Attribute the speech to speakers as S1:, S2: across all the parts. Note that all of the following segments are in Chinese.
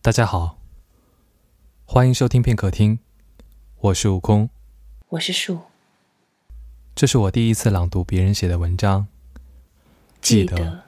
S1: 大家好，欢迎收听片刻听，我是悟空，
S2: 我是树。
S1: 这是我第一次朗读别人写的文章，记得。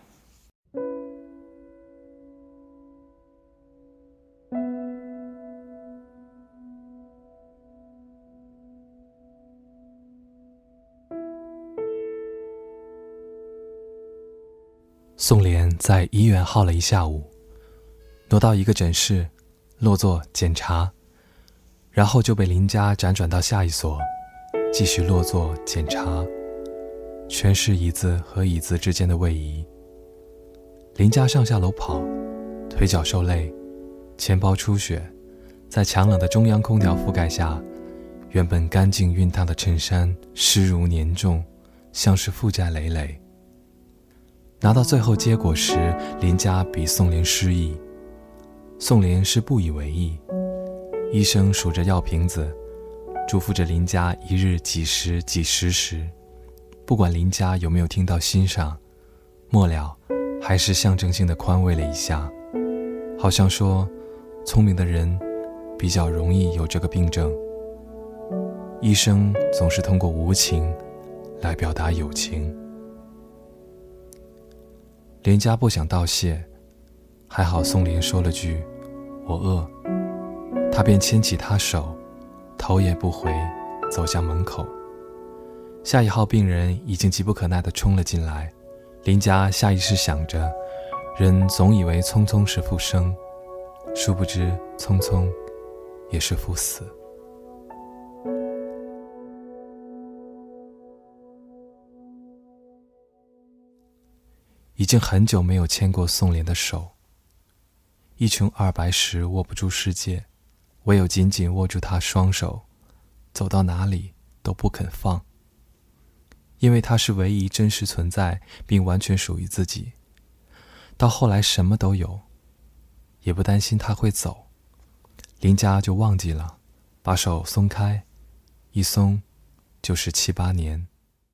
S1: 宋濂在医院耗了一下午，挪到一个诊室，落座检查，然后就被林家辗转到下一所，继续落座检查，全是椅子和椅子之间的位移。林家上下楼跑，腿脚受累，钱包出血，在强冷的中央空调覆盖下，原本干净熨烫的衬衫湿如黏重，像是负债累累。拿到最后结果时，林家比宋濂失意，宋濂是不以为意。医生数着药瓶子，嘱咐着林家一日几时几时时，不管林家有没有听到心上，末了还是象征性的宽慰了一下，好像说聪明的人比较容易有这个病症。医生总是通过无情来表达友情。林家不想道谢，还好宋濂说了句我饿，他便牵起他手，头也不回走向门口。下一号病人已经急不可耐地冲了进来，林家下意识想着，人总以为匆匆是复生，殊不知匆匆也是赴死。已经很久没有牵过宋濂的手，一穷二白时握不住世界，唯有紧紧握住他双手，走到哪里都不肯放，因为他是唯一真实存在并完全属于自己。到后来什么都有，也不担心他会走，林家就忘记了，把手松开，一松就是7、8年。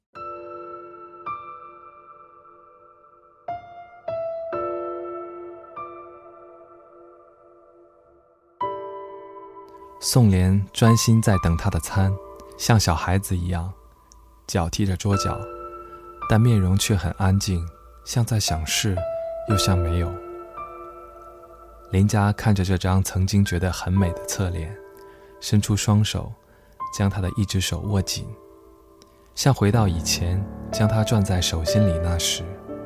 S1: 宋濂专心在等他的餐，像小孩子一样，脚踢着桌角，但面容却很安静，像在想事，又像没有。林家看着这张曾经觉得很美的侧脸，伸出双手，将他的一只手握紧，像回到以前将他攥在手心里那时。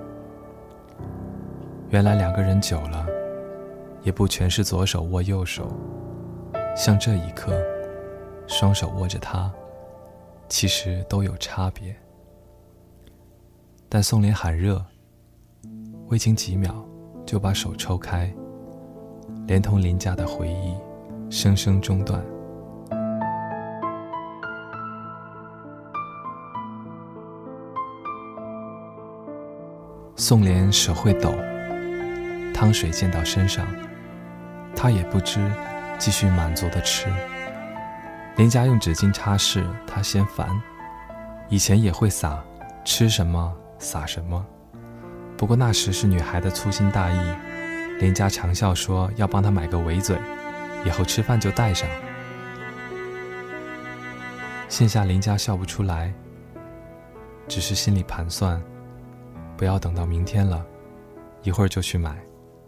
S1: 原来两个人久了，也不全是左手握右手，像这一刻，双手握着他，其实都有差别。但宋濂喊热，未经几秒就把手抽开，连同林家的回忆生生中断。宋濂手会抖，汤水溅到身上，他也不知，继续满足地吃。林家用纸巾擦拭，他嫌烦，以前也会撒，吃什么撒什么，不过那时是女孩的粗心大意，林家常笑说要帮他买个围嘴，以后吃饭就带上。现下林家笑不出来，只是心里盘算，不要等到明天了，一会儿就去买。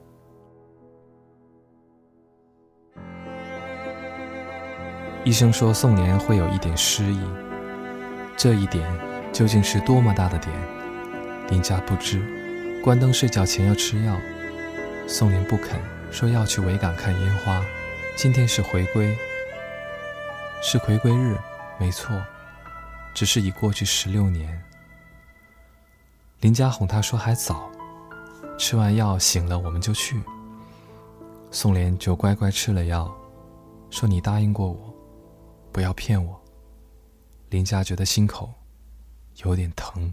S1: 医生说宋濂会有一点失忆，这一点究竟是多么大的点，林家不知。关灯睡觉前要吃药，宋濂不肯，说要去维港看烟花，今天是回归，是回归日，没错，只是已过去16年。林家哄他说还早，吃完药醒了我们就去。宋濂就乖乖吃了药，说你答应过我，不要骗我。林家觉得心口有点疼。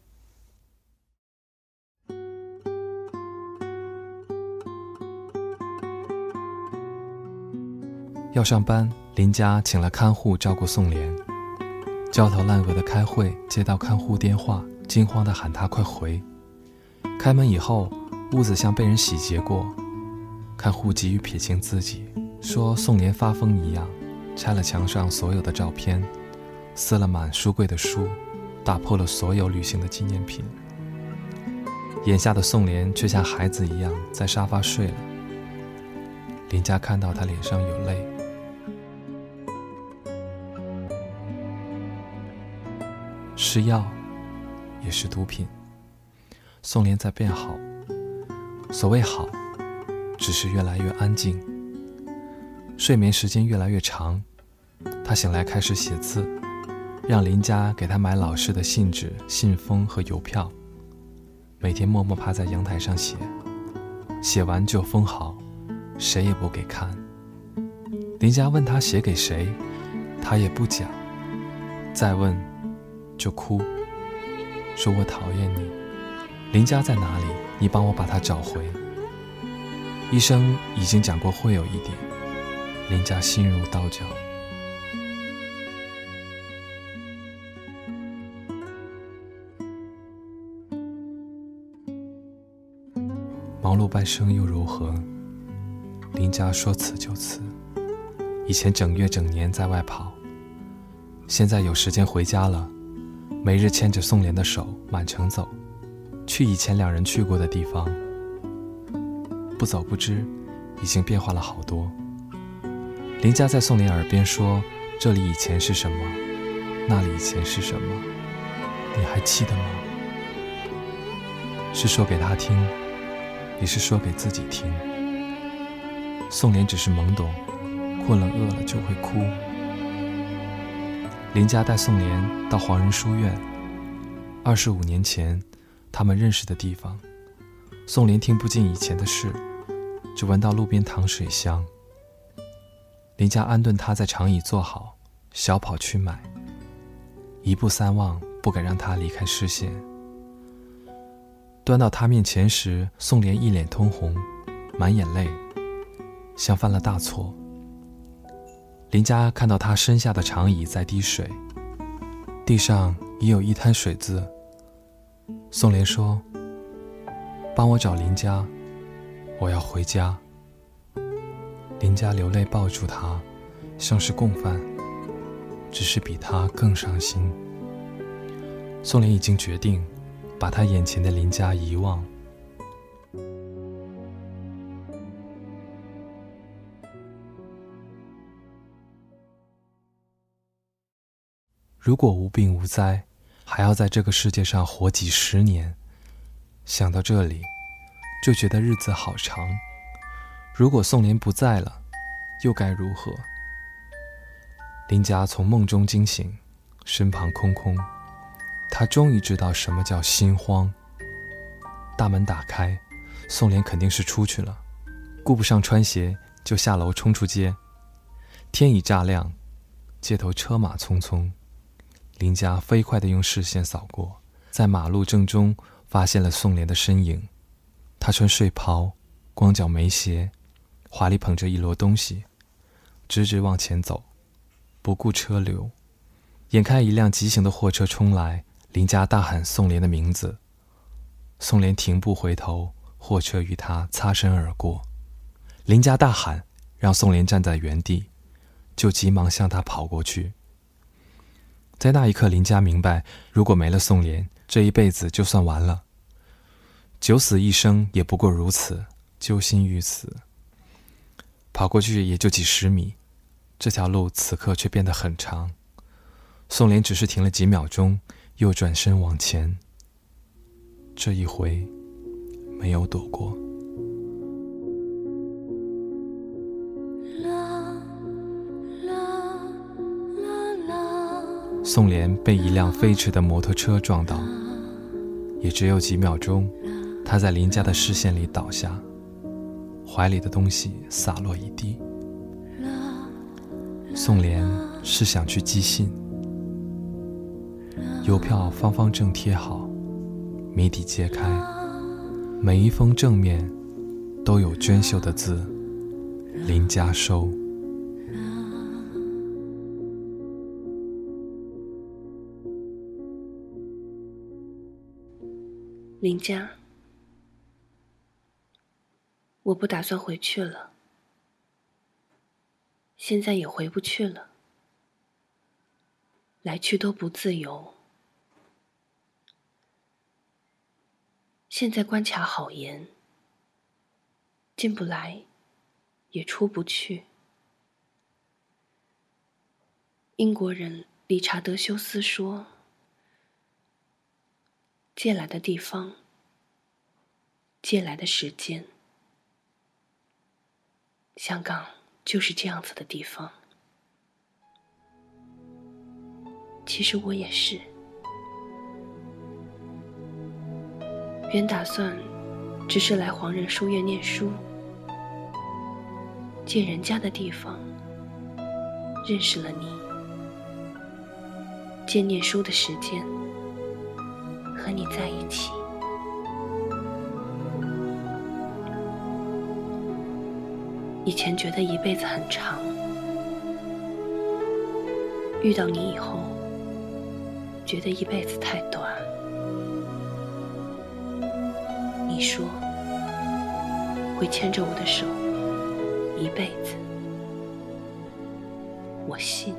S1: 要上班，林家请了看护照顾宋濂，焦头烂额的开会，接到看护电话，惊慌地喊他快回。开门以后，屋子像被人洗劫过， 看户籍与撇清自己，说宋濂发疯一样，拆了墙上所有的照片，撕了满书柜的书，打破了所有旅行的纪念品。眼下的宋濂却像孩子一样在沙发睡了。林佳看到他脸上有泪。吃药也是毒品。宋濂在变好，所谓好，只是越来越安静，睡眠时间越来越长。他醒来开始写字，让林佳给他买老式的信纸、信封和邮票，每天默默趴在阳台上写，写完就封好，谁也不给看。林佳问他写给谁，他也不讲，再问就哭，说我讨厌你，林佳在哪里？你帮我把他找回。医生已经讲过会有一点。林佳心如刀绞。忙碌半生又如何？林佳说辞就辞。以前整月整年在外跑，现在有时间回家了，每日牵着宋濂的手满城走，去以前两人去过的地方。不走不知，已经变化了好多。林佳在宋濂耳边说，这里以前是什么，那里以前是什么，你还记得吗？是说给他听，也是说给自己听。宋濂只是懵懂，困了饿了就会哭。林佳带宋濂到黄仁书院，25年前他们认识的地方。宋濂听不进以前的事，只闻到路边淌水香。林佳安顿他在长椅坐好，小跑去买，一步三望，不敢让他离开视线。端到他面前时，宋濂一脸通红，满眼泪，像犯了大错。林佳看到他身下的长椅在滴水，地上也有一滩水渍。宋濂说，帮我找林佳，我要回家。林佳流泪抱住他，像是共犯，只是比他更伤心。宋濂已经决定把他眼前的林佳遗忘。如果无病无灾，还要在这个世界上活几十年，想到这里，就觉得日子好长。如果宋濂不在了，又该如何？林佳从梦中惊醒，身旁空空，他终于知道什么叫心慌。大门打开，宋濂肯定是出去了，顾不上穿鞋，就下楼冲出街。天已乍亮，街头车马匆匆。林佳飞快地用视线扫过，在马路正中发现了宋濂的身影。他穿睡袍，光脚没鞋，怀里捧着一摞东西，直直往前走，不顾车流。眼看一辆急行的货车冲来，林佳大喊宋濂的名字。宋濂停步回头，货车与他擦身而过。林佳大喊，让宋濂站在原地，就急忙向他跑过去。在那一刻，林佳明白，如果没了宋濂，这一辈子就算完了。九死一生也不过如此，揪心于此。跑过去也就几十米，这条路此刻却变得很长。宋濂只是停了几秒钟，又转身往前。这一回没有躲过。宋濂被一辆飞驰的摩托车撞倒，也只有几秒钟，他在林佳的视线里倒下，怀里的东西洒落一地。宋濂是想去寄信，邮票方方正贴好，谜底揭开，每一封正面都有娟秀的字，林佳收。
S2: 林佳， 我不打算回去了，现在也回不去了，来去都不自由。现在关卡好严，进不来，也出不去。英国人理查德·休斯说，借来的地方，借来的时间，香港就是这样子的地方。其实我也是，原打算只是来黄仁书院念书，借人家的地方认识了你，借念书的时间和你在一起。以前觉得一辈子很长，遇到你以后觉得一辈子太短。你说会牵着我的手一辈子，我信。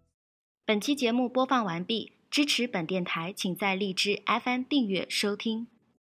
S3: 本期节目播放完毕，支持本电台请在荔枝 FM 订阅收听。